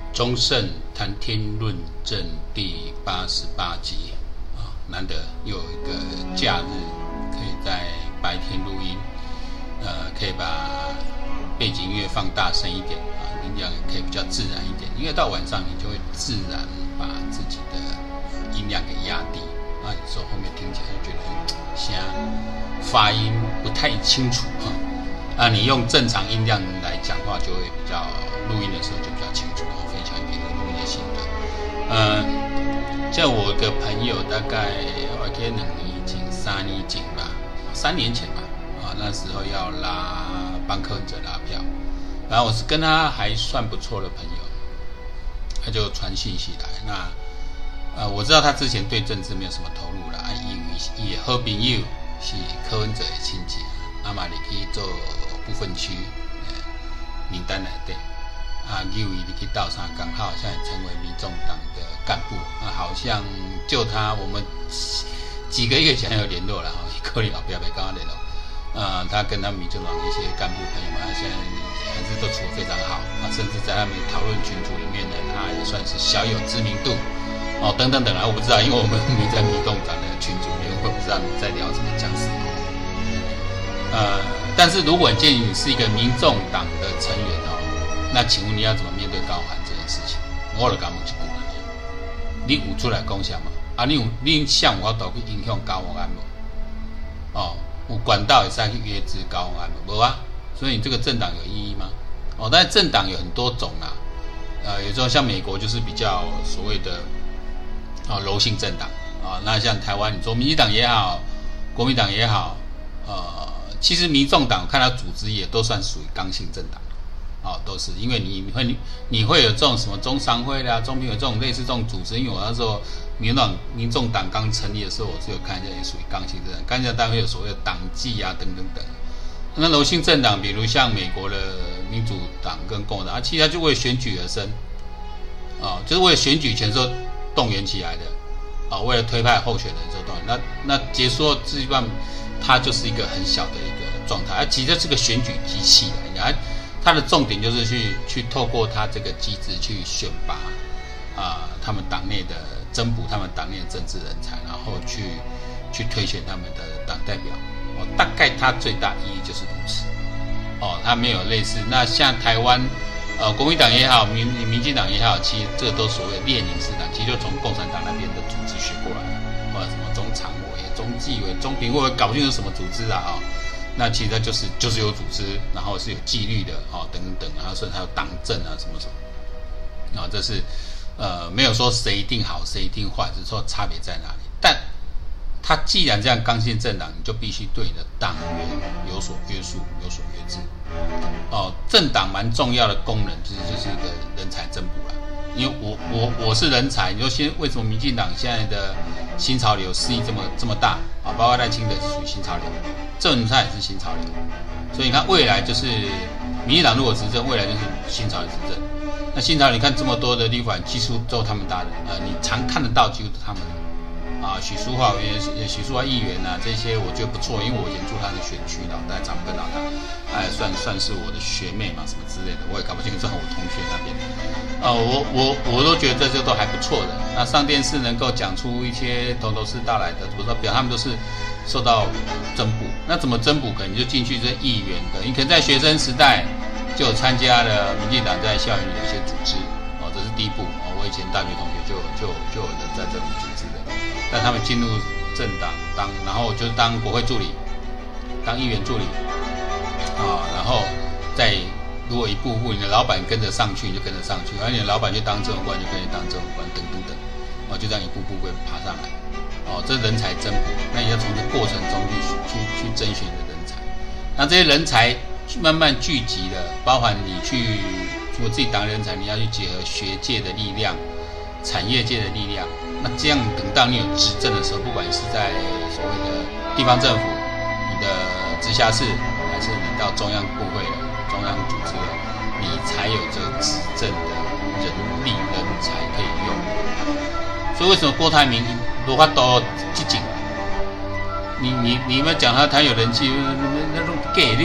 中盛谈天论证第88集啊，难得又有一个假日可以在白天录音，可以把背景音乐放大声一点啊，音量也可以比较自然一点，因为到晚上你就会自然把自己的音量给压低啊，有时候后面听起来就觉得像发音不太清楚啊，你用正常音量来讲话就会比较录音的时候就比较清楚。分享一个录音的心得，像我一个朋友，大概我记得2年前、3年前吧，3年前吧，啊，那时候要帮柯文哲拉票，然后我是跟他还算不错的朋友，他就传讯息来，那我知道他之前对政治没有什么投入啦，也好朋友是柯文哲的亲戚，阿嘛你去做不分区名单内底。由于你去倒上，刚好现在成为民众党的干部好像就他我们几个月前有联络了可能后边没跟他联络他跟他们民众党的一些干部朋友们现在还是都处得非常好甚至在他们讨论群组里面呢，他也算是小有知名度等等等我不知道，因为我们没在民众党的群组里面，我不知道你在聊什么讲什么但是如果你是一个民众党的成员那请问你要怎么面对高虹安这件事情？我就讲问一句你有出来讲啥嘛？你向我都去影响高虹安无？有管道也是去约制高虹安无？无啊，所以你这个政党有意义吗？但是政党有很多种啦，有时候像美国就是比较所谓的柔性政党那像台湾你说民进党也好，国民党也好，其实民众党看到组织也都算属于刚性政党。都是因为你会有这种什么中商会啦、中评委这种类似这种组织，因为我那时候民众党刚成立的时候，我是有看一下，也属于刚性政党。刚性当然会有所谓的党纪等等等。那柔性政党，比如像美国的民主党跟共和党，其实它就为选举而生，就是为了选举权时候动员起来的，为了推派候选人时候动员。那结束后，基本上它就是一个很小的一个状态，其实是个选举机器来。它的重点就是去透过它这个机制去选拔他们党内的增补他们党内的政治人才，然后去推选他们的党代表。大概它最大意义就是如此。它没有类似那像台湾国民党也好，民进党也好，其实这个都所谓的列宁式党，其实就从共产党那边的组织学过来的，或者什么中常委、中纪委、中评委，搞不清楚什么组织那其实它就是有组织，然后是有纪律的等等，然后甚至还有党政什么什么，这是没有说谁一定好谁一定坏，只是说差别在哪里。但它既然这样刚性政党，你就必须对你的党员有所约束、有所约制。政党蛮重要的功能，其实就是一个人才增补啦。因为我是人才，你说为什么民进党现在的新潮流势力这么大包括赖清德是属于新潮流，郑文灿也是新潮流，所以你看未来就是民进党如果执政，未来就是新潮流执政。那新潮流你看这么多的立法几乎都他们搭的，你常看得到几乎都他们许淑华委员、许淑华议员这些我觉得不错，因为我以前住他的选区，老大长庚老大，他也算是我的学妹嘛，什么之类的，我也搞不清楚，算我同学那边。我都觉得这些都还不错的。那上电视能够讲出一些头头是道来的，我说表他们都是受到增补。那怎么增补？可能就进去这议员的，你可能在学生时代就有参加了民进党在校园里的一些组织这是第一步我以前大学同学就有人在这里组织的。但他们进入政党然后就是当国会助理，当议员助理然后再如果一步步你的老板跟着上去，你就跟着上去，而你的老板去当政务官，就跟着当政务官，等等等就这样一步步会爬上来这人才增补，那你要从这过程中去甄选你的人才，那这些人才慢慢聚集了，包含你除了自己当人才，你要去结合学界的力量、产业界的力量。那这样等到你有执政的时候，不管是在所谓的地方政府、你的直辖市，还是你到中央部会了、中央组织了，你才有这个执政的人力人才可以用。所以为什么郭台铭如果都激进，你们讲他有人气，那种给力，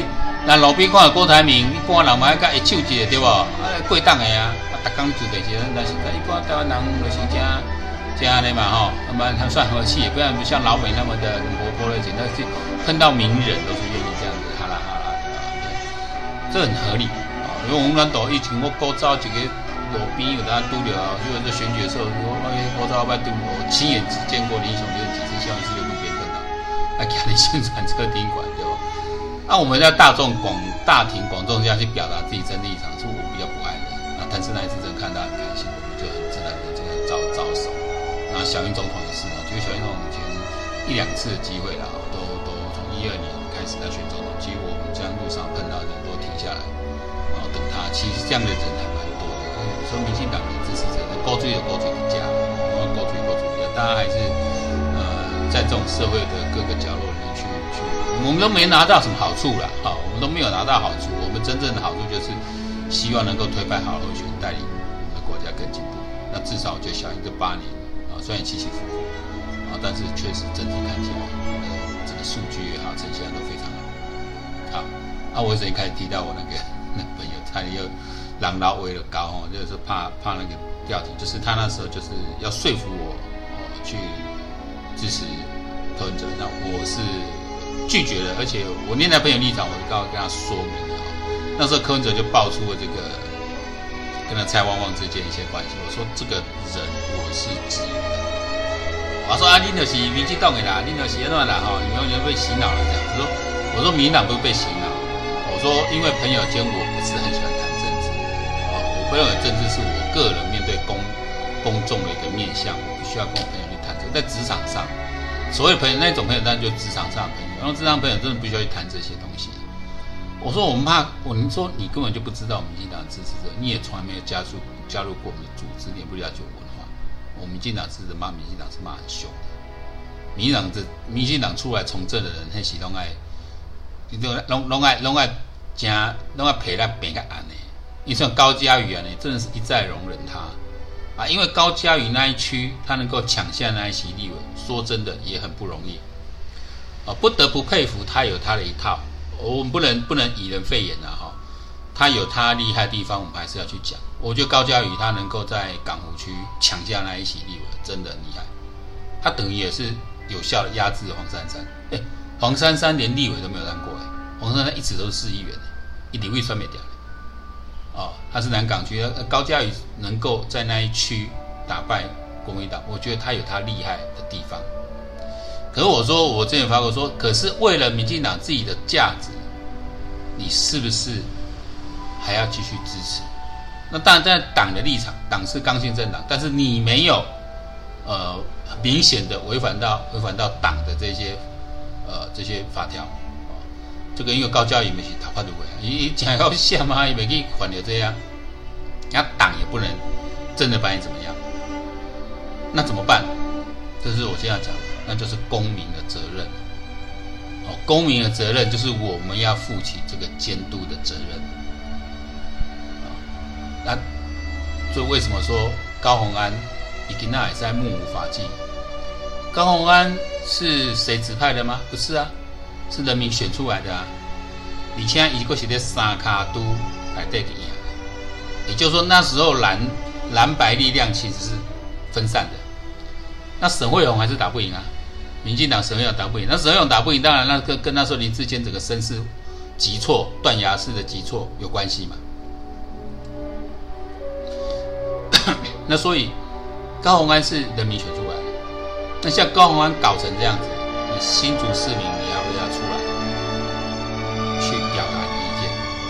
那路边看到郭台铭，一般人嘛爱甲伊手一个对无？过档的啊，逐工做电视，但是一般台湾人就是这样的嘛吼，那么他算和气，也不然不像老美那么的活泼热情，但是碰到名人都是愿意这样子，哈啦哈啦，这很合理啊。因为我们南岛以前我古早一个路边有当拄着，就是在选举的时候，我早捌拄，我亲眼只见过林雄有几次希望是在路边碰到，徛在宣传车顶管对吧？那我们在大庭广众下去表达自己真立场，是我比较不爱的。那但是那一次真看到很开心，我们就很自然的这个招手。那小英总统也是啊，就小英总统以前1-2次的机会啦，都从12年开始在选总统，结果我们这样路上碰到人都停下来，然后等他。其实这样的人还蛮多的。有时候民进党的支持者高追的价，然后高追的，大家还是在这种社会的各个角落里面去，我们都没拿到什么好处啦，好，我们都没有拿到好处。我们真正的好处就是希望能够推派好候选人，带领我们的国家更进步。那至少就小英这8年啊，虽然起起伏伏啊，但是确实整体看起来，这个数据也好，呈现都非常好。好，我之前开始提到我那个朋友，他又狼老为了高哦，就是怕那个调题，就是他那时候就是要说服我去支持柯文哲，那我是拒绝了，而且我念在朋友立场，我刚刚跟他说明了。那时候柯文哲就爆出了这个跟他蔡旺旺之间一些关系，我说这个人我是质疑的。我说啊，你就是民进党的啦，你就是那啦哈，你有被洗脑了这样。我说民进党不是被洗脑，我说因为朋友间我不是很喜欢谈政治，我朋友的政治是我个人面对公众的一个面向，我必须要跟我朋友去谈这个，在职场上。所谓朋友那种朋友，当然就职场上的朋友。然后职场朋友真的必须要去谈这些东西。我说我们怕，你说你根本就不知道民进党的支持者，你也从来没有加入过我们的组织，你也不了解我的话，我们民进党支持骂民进党是骂很凶的。民进党出来从政的人，那是拢爱陪他变个安呢。你像高嘉瑜啊，真的是一再容忍他。啊，因为高嘉瑜那一区，他能够抢下那一席立委，说真的也很不容易，不得不佩服他有他的一套。我们不能以人废言哈，他有他厉害的地方，我们还是要去讲。我觉得高嘉瑜他能够在港湖区抢下那一席立委，真的很厉害。他等于也是有效的压制黄珊珊。黄珊珊连立委都没有当过黄珊珊一直都是市议员一立委算没掉。他是南港区，高嘉瑜能够在那一区打败国民党，我觉得他有他厉害的地方。可是我之前发过说，可是为了民进党自己的价值，你是不是还要继续支持？那当然，在党的立场，党是刚性政党，但是你没有明显的违反到党的这些法条。这个因为高嘉瑜没是讨法律委，伊讲到下嘛，伊没去反了这样，人家党也不能真的把你怎么样，那怎么办？这是我现在讲的，那就是公民的责任。公民的责任就是我们要负起这个监督的责任。那所以为什么说高虹安已经那也是在目无法纪？高虹安是谁指派的吗？不是啊。是人民选出来的啊，而且一个是在三卡都来对赢，也就是说那时候蓝白力量其实是分散的。那沈慧虹还是打不赢啊，民进党沈慧虹打不赢，那沈慧虹打不赢，当然那个跟那时候林智坚整个声势急挫、断崖式的急挫有关系嘛。那所以高虹安是人民选出来的，那像高虹安搞成这样子，你新竹市民你要不要出来去表达意见？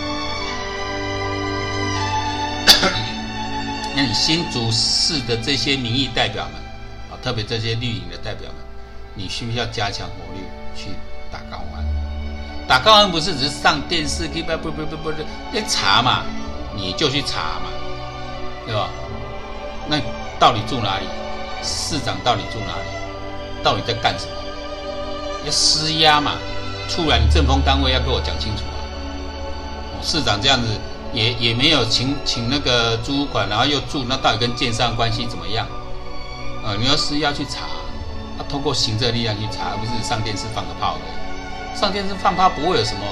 那你新竹市的这些民意代表们啊，特别这些绿营的代表们，你需不需要加强火力去打高虹安？打高虹安不是只是上电视可以不查嘛，你就去查嘛，对吧？那到底住哪里？市长到底住哪里？到底在干什么？要施压嘛，出来你政风单位要跟我讲清楚啊！市长这样子也没有请那个租屋款，然后又住，那到底跟建商关系怎么样？你要施压去查，通过行政力量去查，而不是上电视放个炮的。上电视放炮不会有什么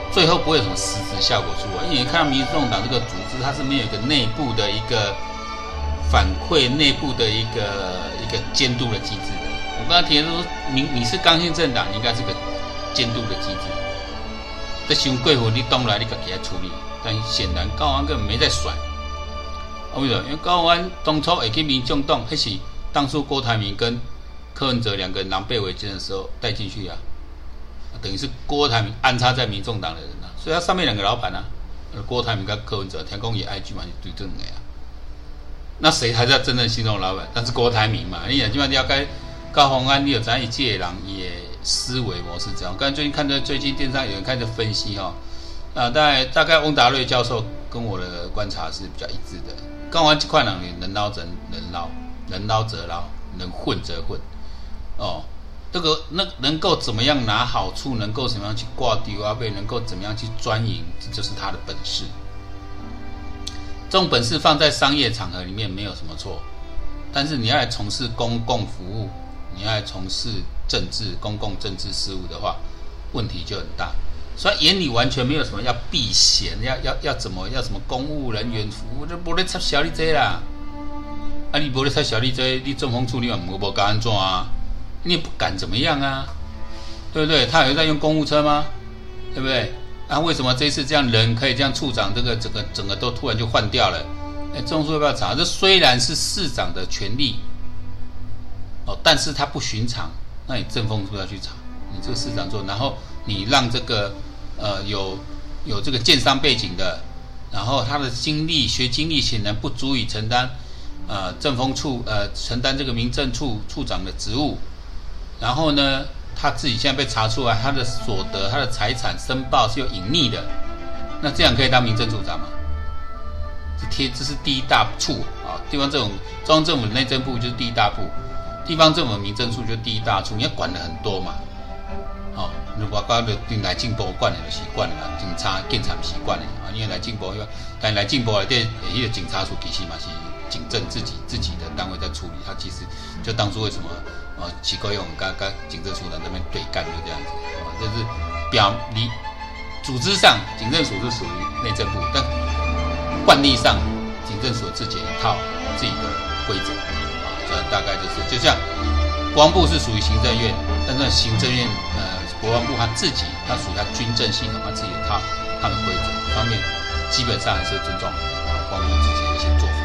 最后不会有什么实质效果出来，因为你看到民众党这个组织，它是没有一个内部的一个反馈、内部的一个监督的机制的。我刚才提的说，你是刚性政党，你应该是个监督的机制。这伤过分，你当然你自己来处理，但显然高虹安根本没在甩。为什么？因为高虹安当初会去民众党，那是当初郭台铭跟柯文哲两个人狼狈为奸的时候带进去啊。等于是郭台铭安插在民众党的人啊，所以他上面两个老板啊，郭台铭跟柯文哲，天公也爱剧嘛，是对正的啊。那谁才叫真正心中的老板？但是郭台铭嘛，你基本上要该高虹安，你有咱一届人也思维模式这样。刚才最近看到最近电视上有人开始分析哈，大概翁达瑞教授跟我的观察是比较一致的。高虹安这块人能捞则能捞，能捞则捞，能混则混，哦。这个能够怎么样拿好处，能够怎么样去挂丢啊，被能够怎么样去专营，这就是他的本事。这种本事放在商业场合里面没有什么错，但是你要来从事公共服务，你要来从事政治、公共政治事务的话，问题就很大。所以眼里完全没有什么要避嫌，要什么公务人员服务，就不能插小你这啦。啊，你不能插小你这，你政风处你嘛无敢安怎啊？你也不敢怎么样啊，对不对？他有在用公务车吗？对不对？啊，为什么这一次这样人可以这样处长这个整个都突然就换掉了？中枢要不要查？这虽然是市长的权利，哦，但是他不寻常，那你政风处要去查，你这个市长做，然后你让这个有这个建商背景的，然后他的学经历显然不足以承担政风处承担这个民政处处长的职务。然后呢，他自己现在被查出来，他的所得、他的财产申报是有隐匿的，那这样可以当民政处长吗？这是第一大处啊，地方政府、中央政府内政部就是第一大部，地方政府民政处就是第一大处，你要管的很多嘛。哦，如果讲来进步管的就是管的嘛，警察不是管的啊，因为来进步，但来进步来对那个警察处其实嘛是警政自己的单位在处理，他其实就当初为什么奇怪用跟警政署长那边对干就这样子，就是你组织上警政署是属于内政部，但惯例上警政署自己一套自己的规则啊，这大概就像国防部是属于行政院，但是行政院国防部他属于他军政系统，他自己有他的规则方面，基本上还是尊重国防部自己的一些做法。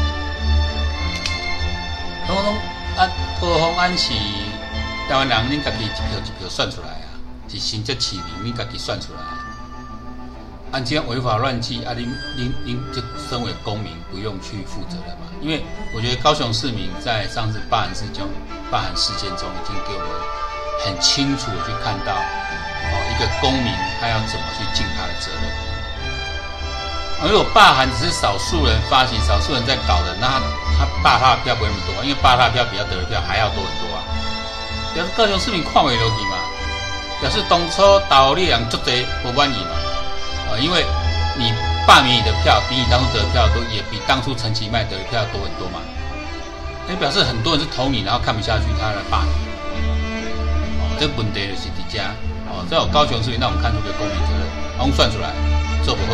高虹安是台湾人，恁家己一票算出来啊，是新这市民恁家己算出来啊。按这样违法乱纪啊，您就身为公民不用去负责任嘛？因为我觉得高雄市民在上次罢韩事件中，已经给我们很清楚的去看到，一个公民他要怎么去尽他的责任。如果罢韩只是少数人发起、少数人在搞的，那他罢他的票不会那么多，因为罢他的票比他得的票还要多很多啊。表示高雄市民看不下去嘛，表示当初投你人足多不满意嘛，因为你罢免你的票比你当初得的票都也比当初陈其迈得的票多很多嘛，那表示很多人是投你，然后看不下去他来罢免。这个问题就是在这，在我高雄市民让我们看出个公民责任，我们算出来做不好，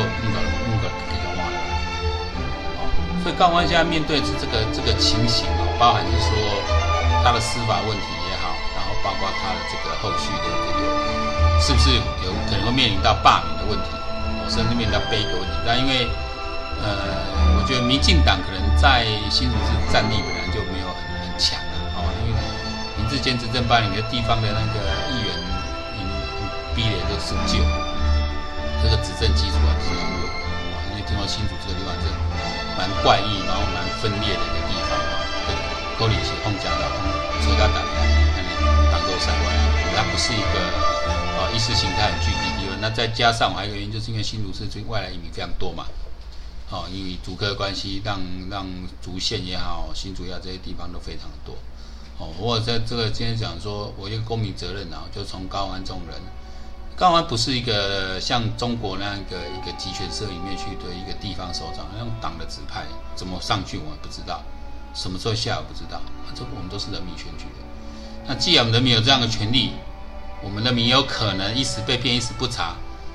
所以高虹安现在面对这个情形包含是说他的司法问题也好，然后包括他的这个后续的这个是不是有可能会面临到罢免的问题，甚至面临到背锅问题。但因为我觉得民进党可能在新竹市战力本来就没有很强啊，因为民治坚执政8年的地方的那个议员逼人就成就，这个执政基础还不是很稳。因为听说新竹这个地方是蛮怪异，然后蛮分裂的一个地方啊，可能是放假的，车甲打当做塞外，它不是一个意识形态很具体的地方。那再加上还有一个原因，就是因为新竹市最近外来移民非常多嘛，因为竹科的关系，让竹县也好，新竹也好，这些地方都非常的多。或者在这个今天讲说，我一个公民责任就从高虹安这种人。高虹安不是一个像中国那样一个集权社里面去的一个地方首长，用党的指派，怎么上去我们不知道，什么时候下我不知道，这我们都是人民选举的。那既然我们人民有这样的权利，我们人民有可能一时被骗一时不查，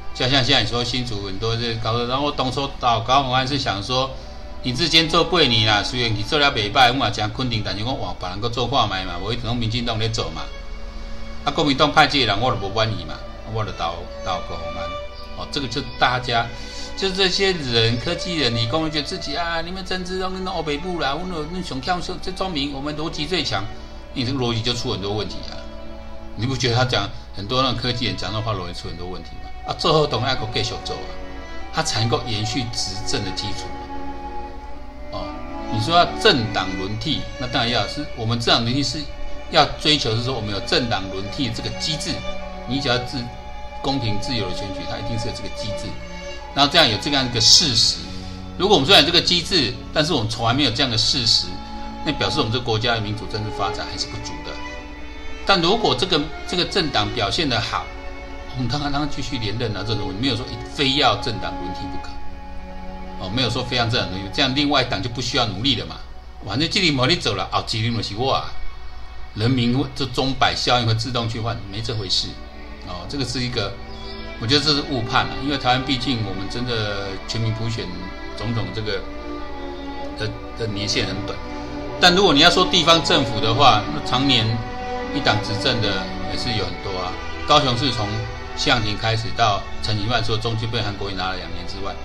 就像现在你说新竹很多这高，然后我当初到高虹安是想说，林志坚做8年啦，虽然你做了袂歹，我嘛真肯定，但是我哇，别人搁做看卖嘛，无一定拢民进党咧做嘛。啊，国民党派这个人我就无满意嘛，我就到高虹安。哦，这个就大家就这些人，科技人、理工人觉得自己啊，你们政治都弄欧北部啦，我们想跳这聪明，我们逻辑最强，你这个逻辑就出很多问题啊。你不觉得他讲很多那种科技人讲的话容易出很多问题吗？啊，最后等下个继续做啊，他才能够延续执政的基础。哦，你说要政党轮替，那当然要是我们政党轮替是要追求是说我们有政党轮替的这个机制，你只要公平自由的选举，它一定是有这个机制，然后这样有这样一个事实。如果我们虽然有这个机制，但是我们从来没有这样的事实，那表示我们这个国家的民主政治发展还是不足的。但如果这个政党表现得好，我们当然继续连任啊，这种没有说非要政党轮替不可。哦，没有说非要政党轮替，这样另外一党就不需要努力了嘛。反正这里没你走了，哦，这里就是我啊，人民这钟摆效应会自动去换，没这回事。哦，这个是一个，我觉得这是误判了，因为台湾毕竟我们真的全民普选种种这个的年限很短，但如果你要说地方政府的话，那常年一党执政的也是有很多啊。高雄是从谢长廷开始到陈其迈说中间被韩国瑜拿了2年之外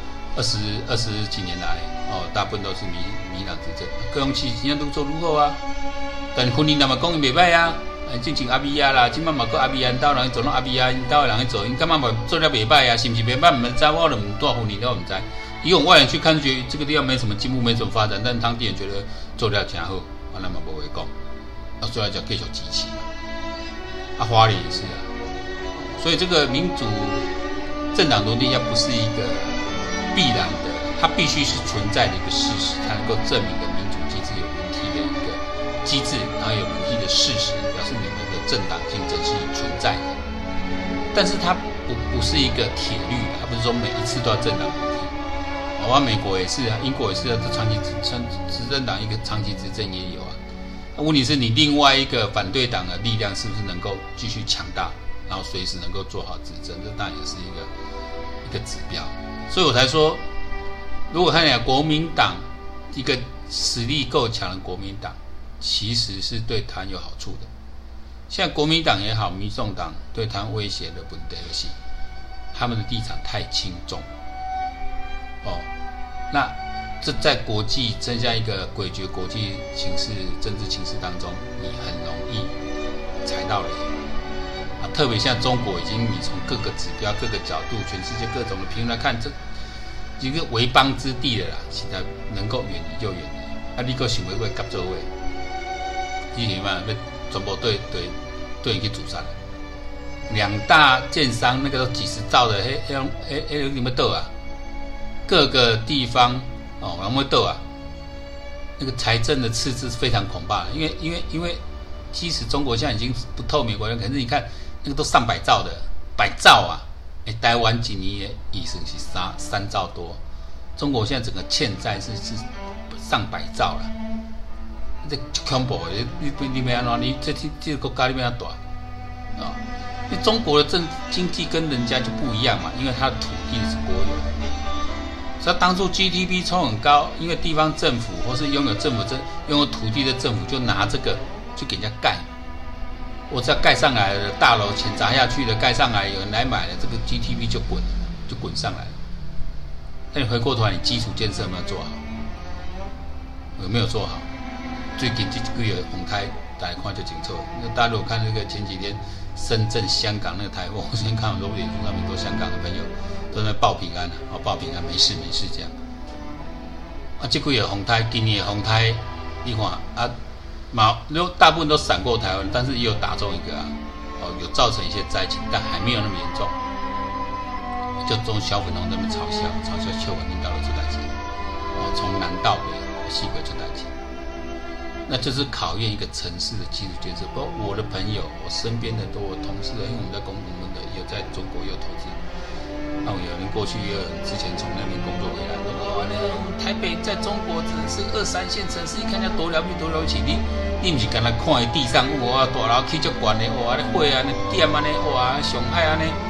，20几年来哦，大部分都是民党执政。高雄市现在都做如何啊？但婚姻那么讲伊袂歹啊。进前阿比亚啦，今晚嘛个阿比亚因兜人做拢阿比亚因兜的人去做，因干嘛嘛做了袂歹啊？是不是袂歹？唔知，我都唔多婚礼都唔知。以我外人去看，觉得这个地方没什么进步，没什么发展，但当地人觉得做了真好，啊，那么无话讲，啊，所以就继续支持嘛。啊，花莲也是啊，所以这个民主政党轮替要不是一个必然的，它必须是存在的一个事实，它能够证明的民主机制有轮替的一个机制，然后有轮替的事实，表示你们的政党竞争是存在的。但是它不是一个铁律，它不是说每一次都要政党轮替。美国也是啊，英国也是啊，长期执政党一个长期执政也有啊。问题是你另外一个反对党的力量是不是能够继续强大，然后随时能够做好执政，这当然也是一个指标。所以我才说，如果看起来国民党一个实力够强的国民党，其实是对台湾有好处的。现在国民党也好，民众党对台湾威胁的问题是，他们的立场太轻重。哦，那这在国际增加一个诡谲国际形势、政治形势当中，你很容易踩到雷啊！特别像中国，已经你从各个指标、各个角度、全世界各种的评论来看，这一个为邦之地的啦，现在能够远离就远离。啊，你个想要为夹做位，以前嘛，要全部对你去阻杀了。2大建商那个都几十兆的，你们斗啊！各个地方哦，然后斗啊，那个财政的赤字是非常恐怖的，因为其实中国现在已经不透明国家，可是你看那个都上百兆的100兆啊，台湾今年也是3兆多，中国现在整个欠债是上百兆了，这恐怖的，你没安怎？你这个国家你没安大啊？因为中国的经济跟人家就不一样嘛，因为它的土地是国有的。所以当初 GDP 冲很高，因为地方政府或是拥有土地的政府就拿这个去给人家盖，我只要盖上来了，大楼钱砸下去了，盖上来有人来买了，这个 GDP 就滚上来了。但你回过头来，你基础建设有没有做好？有没有做好？最近这几个风台大家看就清楚。那大家如果看那个前几天深圳、香港那个台风，我先看很多脸书上面很多香港的朋友都在报平安啊，报平安，没事这样。啊，这几个风台，今年的风台，你看啊，大部分都闪过台湾，但是也有打中一个啊，哦，有造成一些灾情，但还没有那么严重。就中小粉红在那边嘲笑邱文领导的出代志，哦，从南到北4个出代志。那就是考验一个城市的基础建设。包括我的朋友，我身边的都我同事的，因为我们在我们的有在中国有投资，那我有人过去之前从那边工作回来，说台北在中国只是2、3线城市，你看人家多了不起，你不是跟他看地上哇大楼起足高的哇，那火啊那点啊那哇上海啊那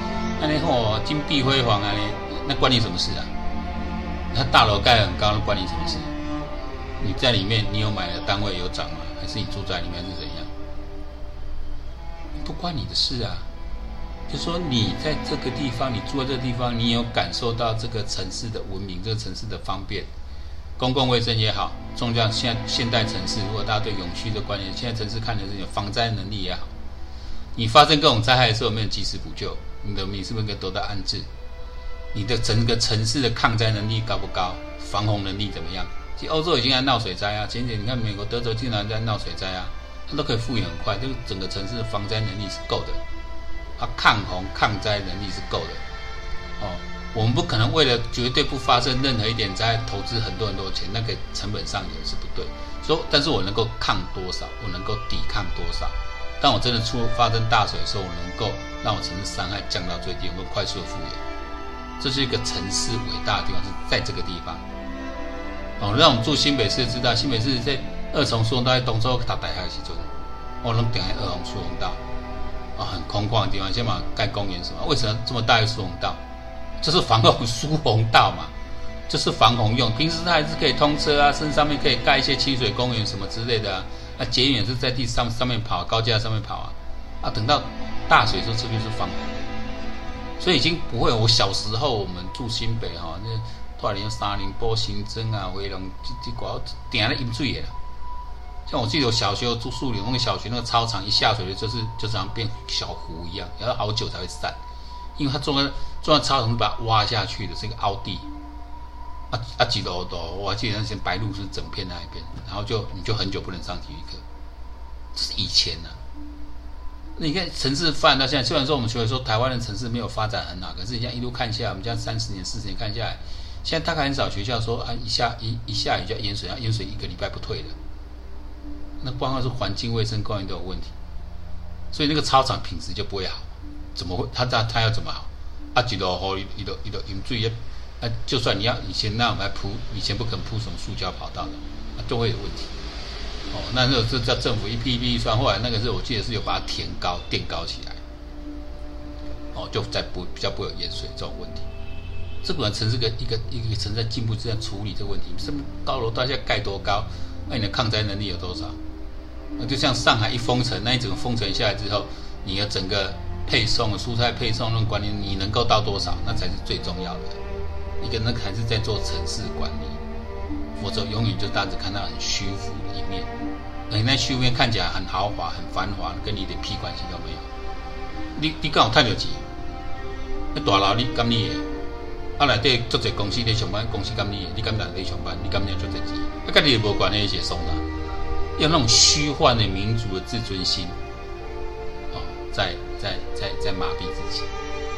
安尼吼金碧辉煌安尼，那关你什么事啊？那大楼盖很高，那关你什么事？你在里面，你有买的单位有涨吗？还是你住在里面是怎样？不关你的事啊。就说你在这个地方，你住在这个地方，你有感受到这个城市的文明，这个城市的方便，公共卫生也好，重要现代城市，如果大家对永续的观念，现在城市看的是有防灾能力也好，你发生各种灾害的时候有没有及时补救？你是不是可以得到安置？你的整个城市的抗灾能力高不高？防洪能力怎么样？其实欧洲已经在闹水灾啊，前几天你看美国德州竟然在闹水灾啊，它都可以复原很快，这个整个城市的防灾能力是够的。它抗洪抗灾能力是够的，我们不可能为了绝对不发生任何一点灾投资很多钱，那个成本上也是不对。但是我能够抗多少，我能够抵抗多少。当我真的发生大水的时候，我能够让我城市伤害降到最低，我能够快速的复原。这是一个城市伟大的地方，是在这个地方。让我们住新北市知道，新北市在二重疏洪道在东洲读大学的时候，我能点二重疏洪道。很空旷的地方，先把盖公园什么？为什么这么大一个疏洪道？这是防洪疏洪道嘛，就是防洪用。平时它还是可以通车啊，甚至上面可以盖一些清水公园什么之类的啊。捷运也是在地上面跑，高架上面跑啊。等到大水的时候，这边是防洪，所以已经不会。我小时候我们住新北哈，那大林、三林、波新增啊、威龙这寡点了饮水的。像我记得我小学住树林那个小学那个操场，一下水的就像变小湖一样，要好久才会散，因为它种在操场是把它挖下去的，是一个凹地。几楼的，我还记得那些白鹭是整片那一边，然后你就很久不能上体育课，这是以前啊。那你看城市发展到现在，虽然说我们觉得说台湾的城市没有发展很好，可是你这样一路看下来，我们这样30年40年看下来，现在大概很少学校说一下雨就要淹水，要淹水1个礼拜不退的。那包括是环境卫生公园都有问题，所以那个操场品质就不会好。怎么会？他要怎么好？一路雨，一路饮水，就算你以前那我们还铺，以前不肯铺什么塑胶跑道的，就会有问题。那这叫政府一批一批算，后来那个是我记得是有把它垫高起来，就比较不会有淹水这种问题。这个城市一个城市在进步，这样处理这个问题。什么高楼大厦盖多高？那你的抗灾能力有多少？就像上海一封城，那一整个封城下来之后，你的整个配送蔬菜配送那种管理，你能够到多少？那才是最重要的。一个那还是在做城市管理，否则永远就大家只看到很虚浮的一面。你那虚面看起来很豪华、很繁华，跟你一点屁关系都没有。你刚好赚到钱，那大楼你甘你的，内底足侪公司在上班，公司甘你的，你甘来在上班，你甘你足侪钱，跟你也无关系写送啦。用那种虚幻的民族的自尊心，在麻痹自己。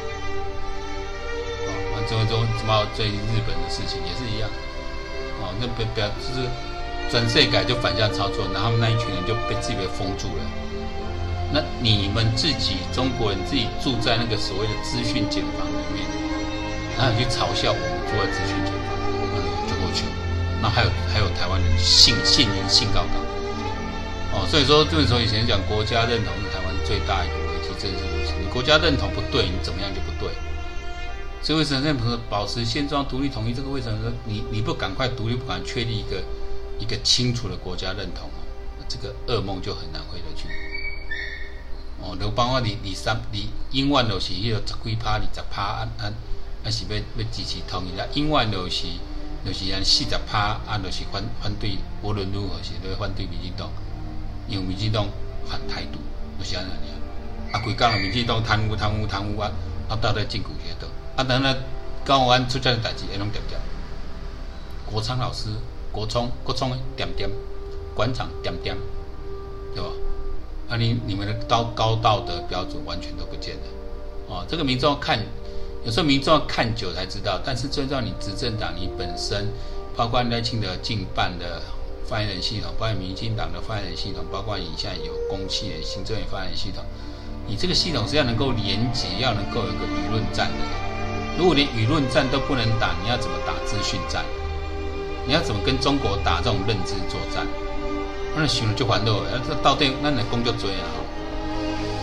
什么对日本的事情也是一样，那就是转税改就反向操作，然后他们那一群人就自己被封住了。那你们自己中国人自己住在那个所谓的资讯茧房里面，然后去嘲笑我们住在资讯茧房，就过去了。那还有台湾人信高高。所以说以前讲国家认同是台湾最大一个危机，这是如此。你国家认同不对，你怎么样就不对。所以为什么认同保持现状、独立统一？这个为什么说你不赶快独立，不赶快确立一个清楚的国家认同，这个噩梦就很难回得去。就包括你永远就是迄个10几%、20%，是要支持统一啦。永远就是40%，就是反对，无论如何是在反对民进党。因为民进党反态度，就是安尼规工民进党贪污到底证据喺倒？等下高雄安出这个代志，会拢点。国昌老师，国聪点，馆长点，对吧？你们的高道德标准完全都不见了。这个民众有时候民众要看久才知道，但是遵照你执政党你本身，包括赖清德近半的发言人系统，包括民进党的发言人系统，包括你现在有公器的行政院发言人系统，你这个系统是要能够连结，要能够有一个舆论战的。如果连舆论战都不能打，你要怎么打资讯战？你要怎么跟中国打这种认知作战？那想了就烦恼了，到底咱的工作多啊，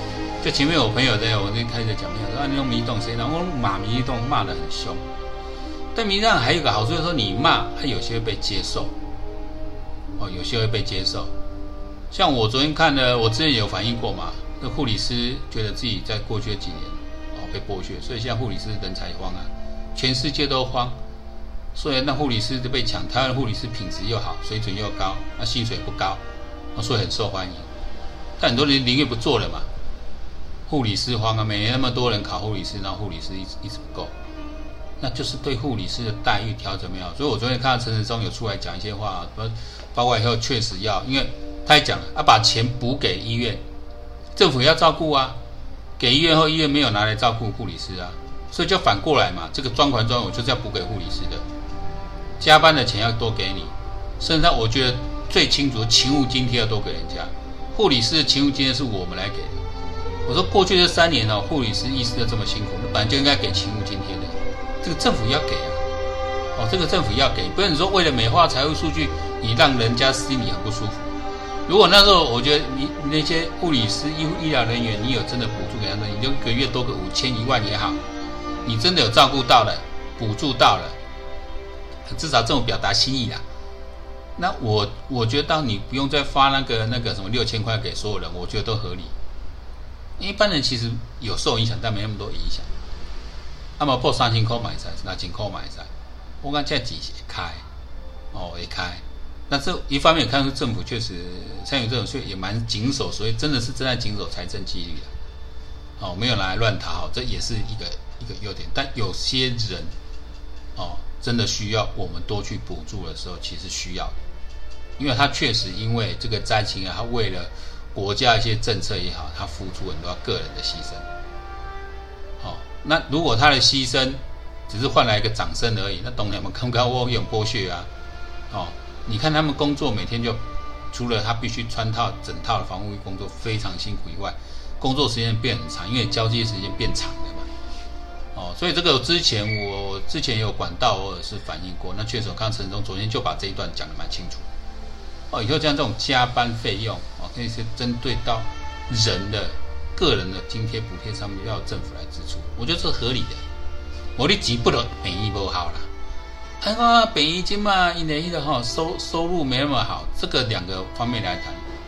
就前面有朋友在，我就开始讲朋友说啊，你用民进党谁呢？我骂民进党骂得很凶，但民进党还有一个好处就是说，你骂他有些会被接受，有些会被接受。像我昨天看了，我之前有反映过嘛，那护理师觉得自己在过去的几年被剥削，所以现在护理师人才荒啊，全世界都荒，所以那护理师就被抢，台湾的护理师品质又好，水准又高，那薪水不高，所以很受欢迎。但很多人宁愿不做了嘛。护理师荒啊，每年那么多人考护理师，然后护理师一直不够，那就是对护理师的待遇调整没有。所以我昨天看到陈时中有出来讲一些话，包括以后确实要，因为他也讲了，把钱补给医院，政府要照顾啊，给医院后医院没有拿来照顾护理师啊，所以就反过来嘛，这个专款专我就是要补给护理师的，加班的钱要多给你，甚至我觉得最清楚的勤务津贴要多给人家，护理师的勤务津贴是我们来给的。我说过去这3年护理师、医师都这么辛苦，本来就应该给勤务津贴的，这个政府要给啊，这个政府要给，不然你说为了美化财务数据，你让人家心里很不舒服。如果那时候我觉得你那些护理师、医疗人员，你有真的补助给他们，你就一个月多个5000、1万也好，你真的有照顾到了，补助到了，至少政府表达心意啦。那我觉得当你不用再发那个什么6000块给所有人，我觉得都合理。一般人其实有受影响，但没那么多影响。嘛破3000块买菜，2000块买菜，我看这几会开，会开。那这一方面看出政府确实参与这种税也蛮谨守，所以真的是正在谨守财政纪律的，没有拿来乱讨，这也是一个优点。但有些人真的需要我们多去补助的时候，其实需要的，因为他确实因为这个灾情他为了国家一些政策也好，他付出很多个人的牺牲。那如果他的牺牲只是换来一个掌声而已，那当然我们刚刚我有剥削啊。你看他们工作每天就除了他必须穿整套的防护衣工作非常辛苦以外，工作时间变很长，因为交接时间变长了嘛。所以这个我之前也有管道或者是反映过，那确实我看陈时中昨天就把这一段讲得蛮清楚。以后像这种加班费用可以是针对到人的个人的津贴补贴上面要有政府来支出，我觉得这是合理的。我的钱不能便宜不好啦，便宜金嘛，因为收入没那么好，这个2个方面来谈。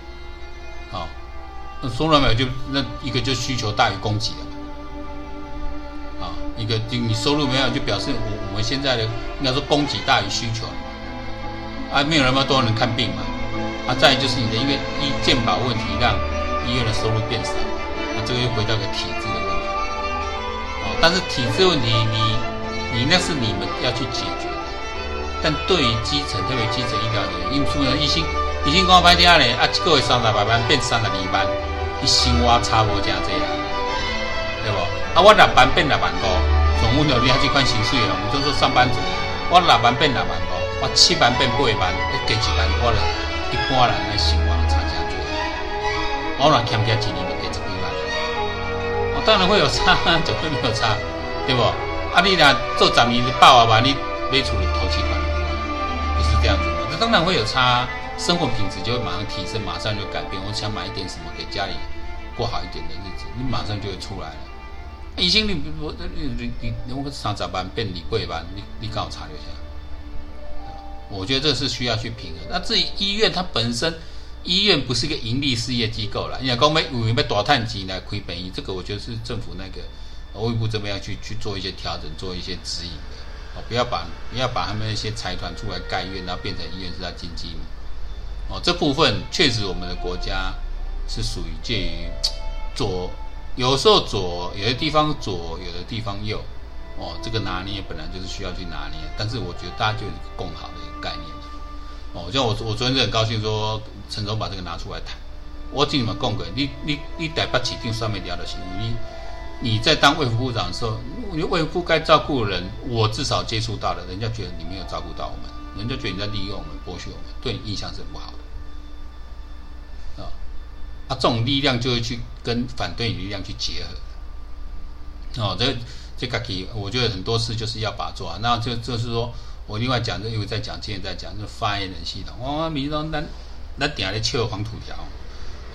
收入没有就那一个就需求大于供给了，一个你收入没有就表示我们现在的应该说供给大于需求没有那么多人看病嘛。再来就是你的因为健保问题让医院的收入变少，这个又回到个体制的问题。但是体制问题你那是你们要去解决的，但对于基层特别基层医疗人员，因为出门医生讲歹听咧，1个月38万变32万，你生活差无真济啦，对不？我6万变6万5，总阮就你这款薪水我们就说上班族，我6万变6万5，我7万变8万，加1万，我就一般人的生活差真多。我若欠1年就加10几万，当然会有差，怎么会没有差，对不？你若做10年100多万，你买厝的头期款不是这样子的，那当然会有差，生活品质就会马上提升，马上就改变。我想买一点什么给家里过好一点的日子，你马上就会出来了。以前你30万变28万，你刚好差留下来。我觉得这是需要去平衡。那至于医院，它本身医院不是一个盈利事业机构啦，你讲要大赚钱来开病院，这个我觉得是政府那个卫部这边要去做一些调整，做一些指引的。不要把他们那些财团出来盖院，然后变成医院是他经济这部分确实我们的国家是属于介于左，有时候左，有的地方左，有的地方右。这个拿捏本来就是需要去拿捏，但是我觉得大家就有一个共好的一个概念。像我昨天就很高兴说陈总把这个拿出来谈。我跟你们讲过，你台北市长算没掉的行，你在当卫福部长的时候，你卫福部该照顾的人，我至少接触到了，人家觉得你没有照顾到我们，人家觉得你在利用我们、剥削我们，对你印象是很不好的。这种力量就会去跟反对你力量去结合。这个我觉得很多事就是要把它做好。那就是说我另外讲，因为在讲，今天在讲，就发言人系统。民众咱定在笑黄土条，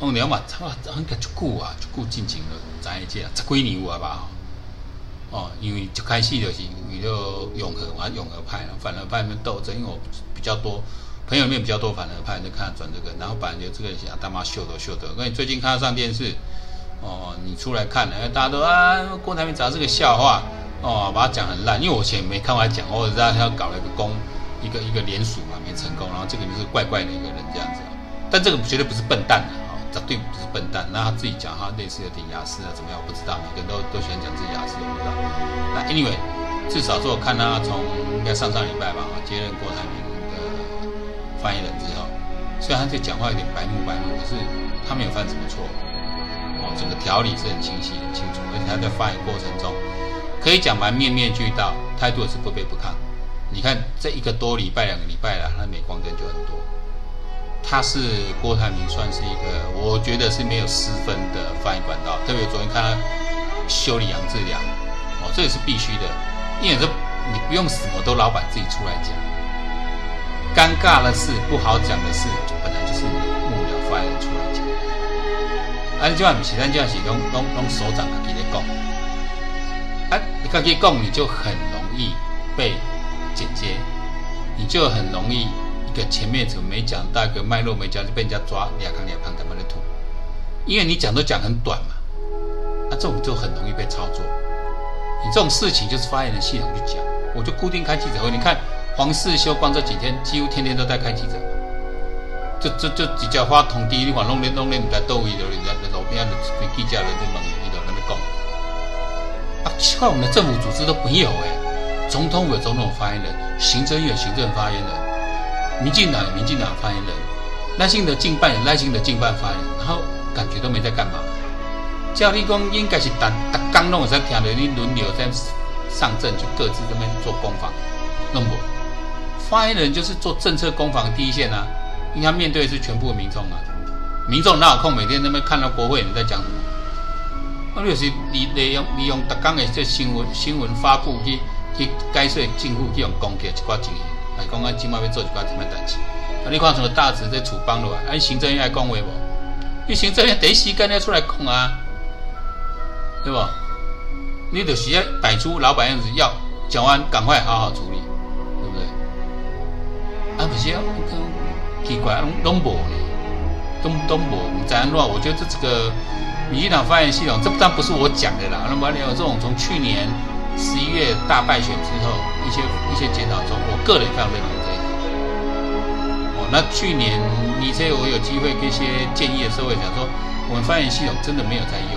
讲了嘛，差很个足久啊，足久进前了，知影这10几年有啊吧？哦，因为一开始就是为了永和派，反核派们斗争，因为我比较多朋友里面比较多反核派，就看他转这个，然后本来就这个想大妈秀的，跟你最近看他上电视，哦，你出来看了，大家都郭台铭只要是个笑话，哦，把他讲很烂，因为我以前没看过他讲，我只知道他搞了一个联署嘛，没成功，然后这个就是怪怪的一个人这样子，但这个绝对不是笨蛋的。绝对不是笨蛋，那他自己讲他类似有点雅思啊，怎么样？我不知道，每个人都喜欢讲自己雅思，我不知道。那 anyway， 至少说我看他从应该上礼拜吧，接任郭台铭的发言人之后，虽然他这讲话有点白目，可是他没有犯什么错，哦，整个条理是很清晰、很清楚，而且他在发言过程中可以讲蛮面面俱到，态度也是不卑不亢。你看这1个多礼拜、2个礼拜了，他的镁光灯就很多。他是郭台铭算是一个，我觉得是没有失分的发言管道。特别昨天看他修理杨志良，哦，这也是必须的，因为这你不用什么都老板自己出来讲，尴尬的事、不好讲的事，本来就是你幕僚发言人出来讲。你这样不是，咱这样是拢首长自己在讲，你自己讲，你就很容易被剪接，你就很容易。一个前面怎么没讲，大个脉络没讲，就被人家抓两康怎么的吐，因为你讲都讲很短嘛，这种就很容易被操作。你这种事情就是发言人系统去讲，我就固定开记者会。你看黄世修光这几天几乎天天都在开记者会，就比较花统第一话弄不来斗伊的，人家路边的记者人就问伊就那么讲。奇怪，我们的政府组织都没有总统有总统发言人，行政有行政发言人。民进党有民进党发言人，赖清德竞办有赖清德竞办发言人，然后感觉都没在干嘛。照你讲，应该是每天都有在听到你轮流在上阵，就各自这边做攻防，弄不？发言人就是做政策攻防第一线啊，因为他面对的是全部的民众啊。民众哪有空每天那边看到国会你在讲什么？就是利用每天的这新闻发布去解说政府去用攻击一寡情形。讲今麦要做一寡什么代志？你看什么大职在处帮落来，行政院爱讲话无？你行政院第一时间要出来讲啊，对不？你就是要摆出老板样子，要讲完赶快好好处理，对不对？不是奇怪，拢无呢，都无，唔知安怎？我觉得这个民进党发言系统，这当然不是我讲的啦。那么有这种从去年11月大败选之后，一些检讨中，我个人非常认同这一点。那去年你这我有机会给一些建议的时候，我讲说，我们发言系统真的没有在用。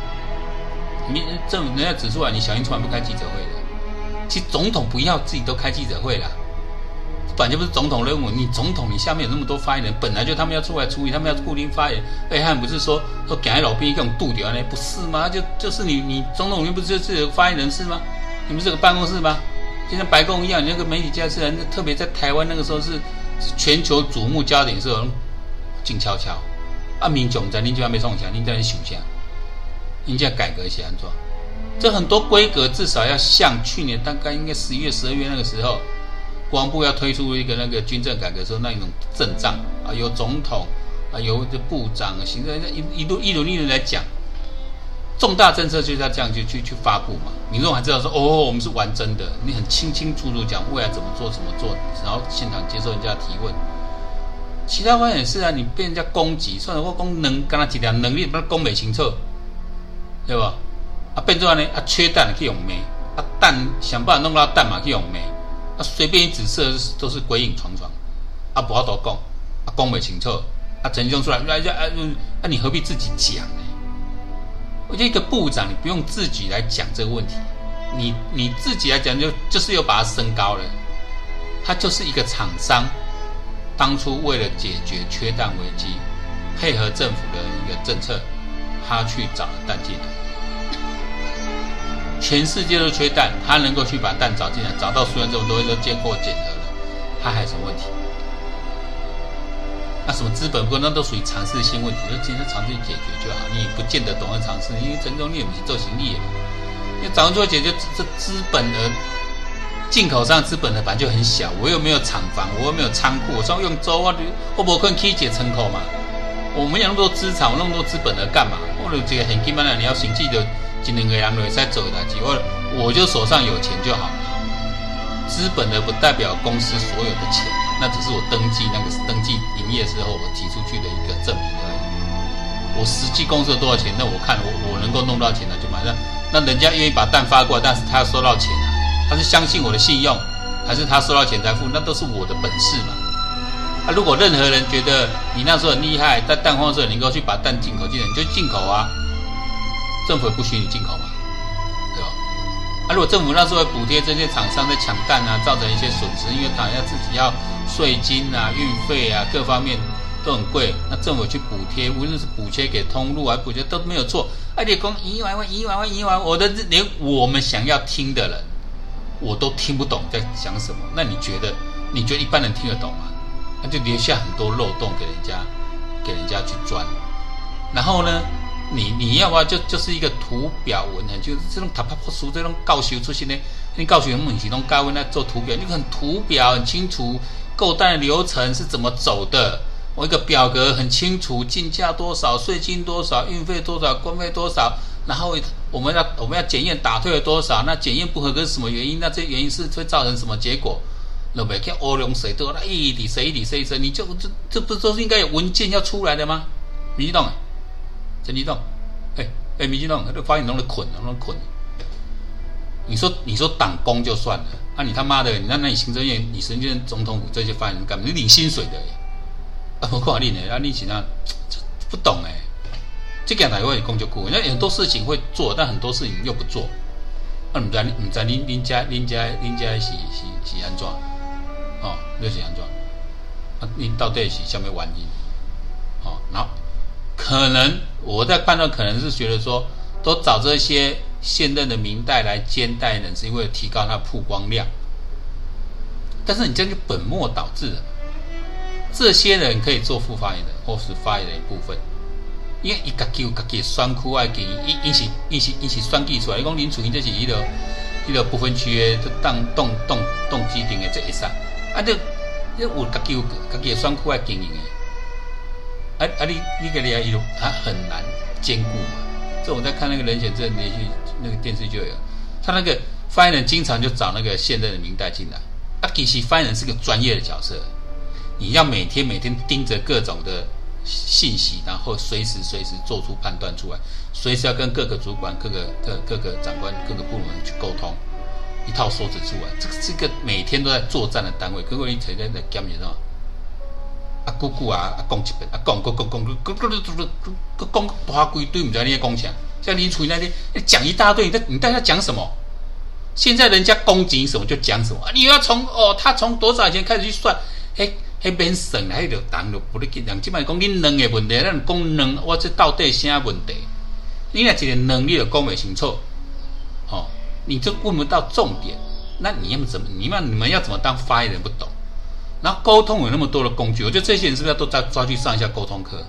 人家指出来，你小英突然不开记者会了，其实总统不要自己都开记者会啦，本来就不是总统任务。你总统，你下面有那么多发言人，本来就他们要出来处理，他们要固定发言。他们不是说赶在老边这种度掉呢？不是吗？就是你总统，你不是有发言人是吗？你们是个办公室吗？就像白宫一样，你那个媒体加持人，特别在台湾那个时候是全球瞩目焦点，是静悄悄。民众在，你就要没送钱，你在想啥？你这改革是安怎？这很多规格至少要像去年大概应该11月、12月那个时候，国防部要推出一个那个军政改革的时候，那一种阵仗由总统由部长、行政一轮来讲。重大政策就是要这样去发布嘛，民众还知道说我们是玩真的，你很清楚讲未来怎么做，然后现场接受人家的提问。其他方面也是啊，你被人家攻击，算了，我讲跟他几条能力，把他攻不清楚，对吧？变做呢缺蛋去用煤，蛋想办法弄到蛋嘛去用煤，随便一指示都是鬼影幢幢，不好多讲，讲不清楚，陈兄出来，你何必自己讲呢？我觉得一个部长，你不用自己来讲这个问题，你自己来讲就是又把它升高了。他就是一个厂商，当初为了解决缺蛋危机，配合政府的一个政策，他去找了蛋进来。全世界都缺蛋，他能够去把蛋找进来，找到苏联这么多都接过检核了，他还有什么问题？什么资本不够，那都属于常识性问题，就今天尝试解决就好。你也不见得懂得尝试，因为陈总你也不是做行李的嘛。因为早上就会解决这资本的进口上资本的本来就很小，我又没有厂房，我又没有仓库，我说用州我不可能去解仓库嘛， 我们有那么多资产，我那么多资本的干嘛？我有这个很基本的，你要行记的，一两个人就会使做代志，我就手上有钱就好了。资本的不代表公司所有的钱，那只是我登记营业之后我提出去的一个证明而已。我实际公司有多少钱，那我看我能够弄到钱那就买。那人家愿意把蛋发过来，但是他要收到钱啊，他是相信我的信用，还是他收到钱才付？那都是我的本事嘛。啊，如果任何人觉得你那时候很厉害，在蛋荒的时候你能够去把蛋进口进来，你就进口啊，政府也不许你进口嘛。啊，如果政府那时候会补贴这些厂商在抢蛋啊，造成一些损失，因为厂家自己要税金啊、运费啊各方面都很贵，那政府去补贴，无论是补贴给通路啊，补贴都没有错。而且讲1万，我的连我们想要听的人，我都听不懂在讲什么。那你觉得一般人听得懂吗？那就留下很多漏洞给人家去钻。然后呢？你要不就是一个图表文，就是这种塔帕破书这种教授出身的，你教授们是用教文来做图表，你很图表很清楚，购蛋的流程是怎么走的，我一个表格很清楚，进价多少，税金多少，运费多少，关费多少，然后我们要检验打退了多少，那检验不合格是什么原因？那这原因是会造成什么结果？那不要看欧龙谁多，一滴谁，你就这不都是应该有文件要出来的吗？你懂？陈吉栋，民进党他就发现弄得捆。你说党工就算了，啊你他妈的，那你行政院、你行政院总统府这些发言人干嘛？你领薪水的耶，啊不看你呢，啊你其他不懂哎，这个台湾工就顾，那很多事情会做，但很多事情又不做，啊唔知恁家是安怎？哦，那是安怎？啊你到底是什么原因？哦，然后。可能我在判断，可能是觉得说，都找这些现任的民代来兼代人，是因为提高他的曝光量。但是你这样就本末倒置了。这些人可以做副发言人，或是发言人一部分，因为他自己选区爱给因是选举出来。你讲林楚英这是一个不分区的动机定的这一项，啊，这有自己的选区爱经营的。你给人家一种，它很难兼顾嘛。这我在看那个人选证连续那个电视就有，他那个发言人经常就找那个现任的民代进来。其实发言人是个专业的角色，你要每天盯着各种的信息，然后随时做出判断出来，随时要跟各个主管、各个长官、各个部门去沟通，一套说辞出来。这是个每天都在作战的单位，各位你才在检你知道吗？久讲一遍，讲大规堆，唔知你在讲啥。像林楚瑜那天讲一大堆，你到底在讲什么？现在人家攻击什么就讲什么，你要他从多少钱开始去算，免算啦，就人就不咧紧。人即摆讲恁两个问题，咱讲两，我这到底啥问题？你若一个两，你就讲袂清楚，你就问不到重点。那你们要怎么当发言人不懂？然后沟通有那么多的工具，我觉得这些人是不是都抓去上一下沟通课？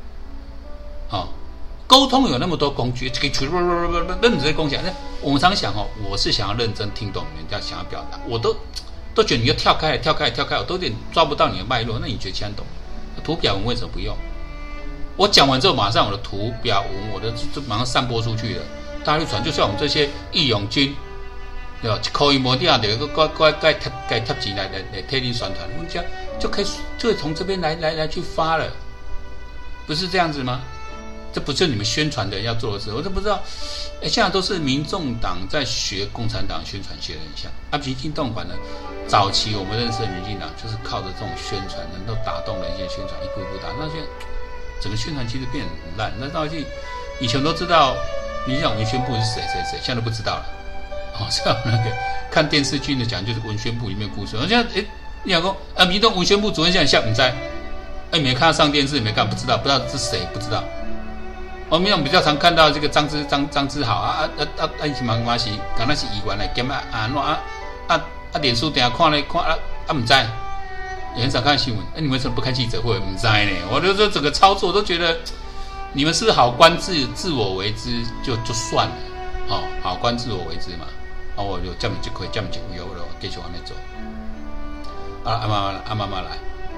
沟通有那么多工具，这个认真共享。我们常想我是想要认真听懂人家想要表达，我都觉得你要跳开，我都有点抓不到你的脉络。那你觉得听懂？图表文为什么不用？我讲完之后，马上我的图表文，我的就马上散播出去了，大家就传。就像我们这些义勇军。对吧？口语模底下有一个该贴钱来替你宣传，我们就可以从这边来去发了，不是这样子吗？这不是你们宣传的人要做的事，我都不知道。现在都是民众党在学共产党宣传，学得很像。民进党反正早期我们认识的民进党就是靠着这种宣传，能够打动人心宣传，一步一步打。那现在整个宣传其实变得很烂。那到底以前都知道民进党文宣部是谁，现在都不知道了。像那个看电视剧的讲，就是文宣部里面故事。现在你讲说民众文宣部主任现在像不在，没看到上电视，没看不知道是谁，不知道。我们比较常看到这个张之豪以前嘛是刚那是议员来检脸书等下看不在，也很少看新闻。你们为什么不看记者会？不在呢？我就说整个操作都觉得你们是好官自我为之就算了，好官自我为之嘛。我就这么就可以这么就有了，继续往那走。慢慢来。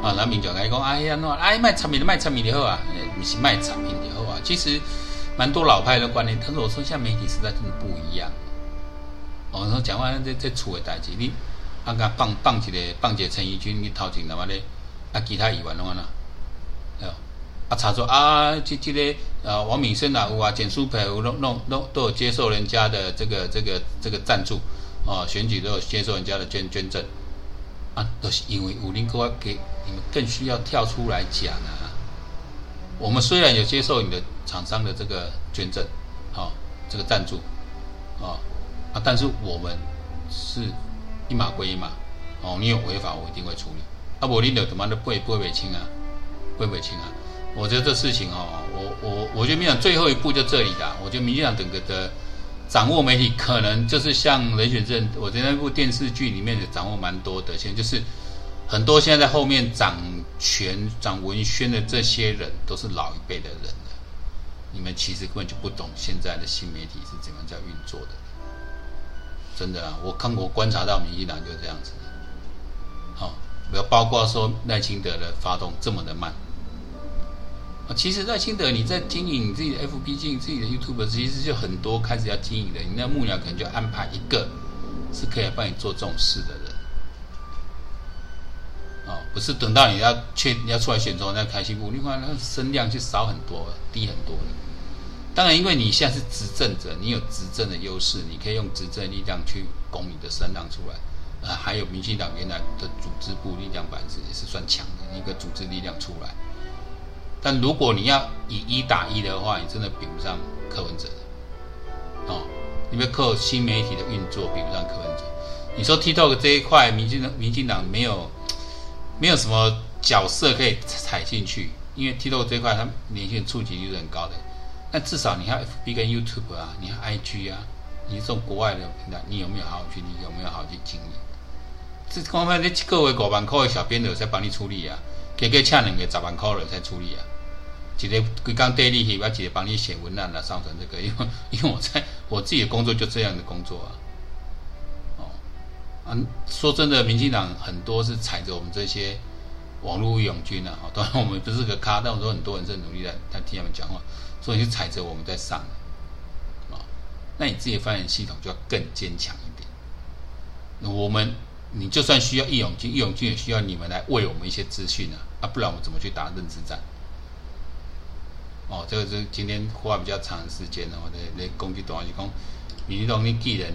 啊，那民众讲哎呀，那卖产品就好啊，不是卖产品就好啊。其实蛮多老派的观念，但是我说现在媒体时代真的不一样。哦，说讲话这厝的代志，你啊甲放一个陈怡君，你头前他妈的啊其他议员拢安那，啊查出啊这个王敏生啊有啊简书培有都有接受人家的这个赞助啊，选举都有接受人家的捐赠啊，都是因为有恁各位给你们更需要跳出来讲啊。我们虽然有接受你的厂商的这个捐赠，这个赞助，但是我们是一码归一码，你有违法我一定会处理，啊，无你就他妈的背不清啊。我觉得这事情我觉得民进党最后一步就这里啦。我觉得民进党整个的掌握媒体，可能就是像人选证，我在那部电视剧里面也掌握蛮多的。现在就是很多现在在后面掌权、掌文宣的这些人，都是老一辈的人了。你们其实根本就不懂现在的新媒体是怎么样在运作的。真的啊，我观察到民进党就这样子。包括说赖清德的发动这么的慢。其实赖清德你在经营你自己的 FB 经营自己的 YouTube， 其实就很多开始要经营的，你那幕僚可能就安排一个是可以帮你做这种事的人，不是等到你要出来选总统再开心不，另外那声量就少很多低很多了。当然因为你现在是执政者，你有执政的优势，你可以用执政力量去拱你的声量出来，还有民进党原来的组织部力量本来也是算强的一个组织力量出来。但如果你要以1打1的话，你真的比不上柯文哲的，因为靠新媒体的运作比不上柯文哲。你说 TikTok 这一块，民进党没有什么角色可以踩进去，因为 TikTok 这一块它年轻人触及率是很高的。但至少你还有 FB 跟 YouTube 啊，你还有 IG 啊，你这种国外的平台，你有没有好好去经营？这光看这1个月5万块的小编的才帮你处理啊，加请2个10万块的才处理啊。一个规工地理去，我一个帮你写文案啦，上传这个，因为我自己的工作就这样的工作啊。说真的，民进党很多是踩着我们这些网络义勇军啊，当然我们不是个咖，但我说很多人是努力在听他们讲话，所以是踩着我们在上的，那你自己的发言系统就要更坚强一点。你就算需要义勇军也需要你们来喂我们一些资讯啊，不然我们怎么去打认知战？这个是今天花比较长的时间来攻击董是讲，民进党你既然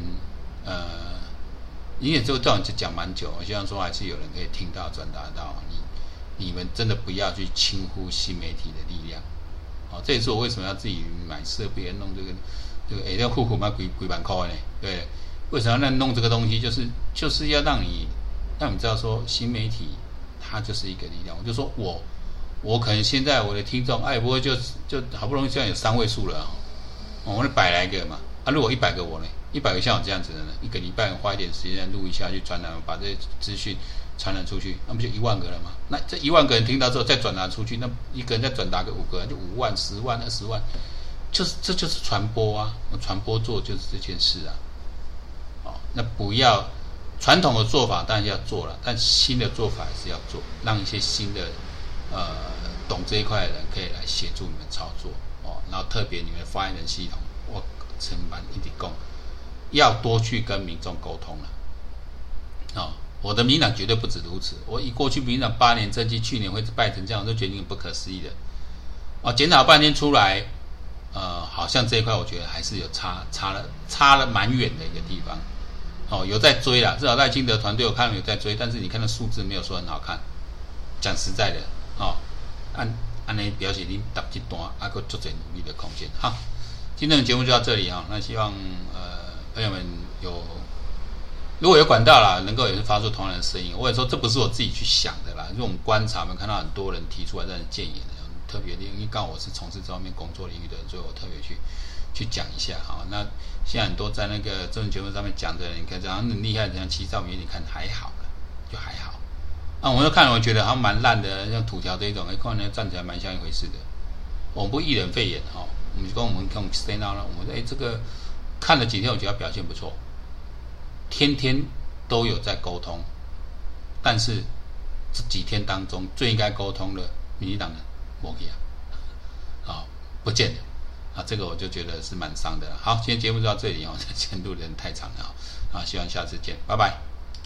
你也这段就讲蛮久，我希望说还是有人可以听到转达到你们真的不要去轻忽新媒体的力量。这也是我为什么要自己买设备弄这个要户买几万块呢？对，为什么要弄这个东西？就是要让你知道说新媒体它就是一个力量。我就说我可能现在我的听众不过就好不容易现在有3位数了我那100来个嘛如果100个我呢，100个像我这样子的呢，一个礼拜花一点时间录一下去传染，把这些资讯传染出去，那不就1万个了吗？那这1万个人听到之后再转达出去，那一个人再转达个5个人，就5万、10万、20万，这就是传播啊！传播做就是这件事啊。那不要传统的做法当然要做了，但新的做法还是要做，让一些新的懂这一块的人可以来协助你们操作然后特别你们的发言人系统，我承办一直讲，要多去跟民众沟通了我的民进党绝对不止如此，我以过去民进党8年政绩，去年会败成这样，我都觉得很不可思议的检讨半天出来，好像这一块我觉得还是有差了蛮远的一个地方有在追啦，至少赖清德团队我看了有在追，但是你看那数字没有说很好看。讲实在的按呢表示你踏这段还有足侪努力的空间。好，今天的节目就到这里那希望朋友们如果有管道啦，能够也是发出同样的声音。我也说这不是我自己去想的啦，因为我们观察，我们看到很多人提出来这样的建议特别因为刚好我是从事这方面工作领域的人，所以我特别去讲一下那现在很多在那个政论节目上面讲的人，你看这样很厉害的人，其实在我们眼里看还好了，就还好。我就看我觉得好像蛮烂的，像土条这一种，看人家站起来蛮像一回事的。我们不以人废言我们就跟我们stand out了，我们这个看了几天，我觉得表现不错，天天都有在沟通，但是这几天当中最应该沟通的民进党人没去啊，不见了啊，这个我就觉得是蛮伤的了。好，今天节目就到这里哦，前录的人太长了啊，希望下次见，拜拜。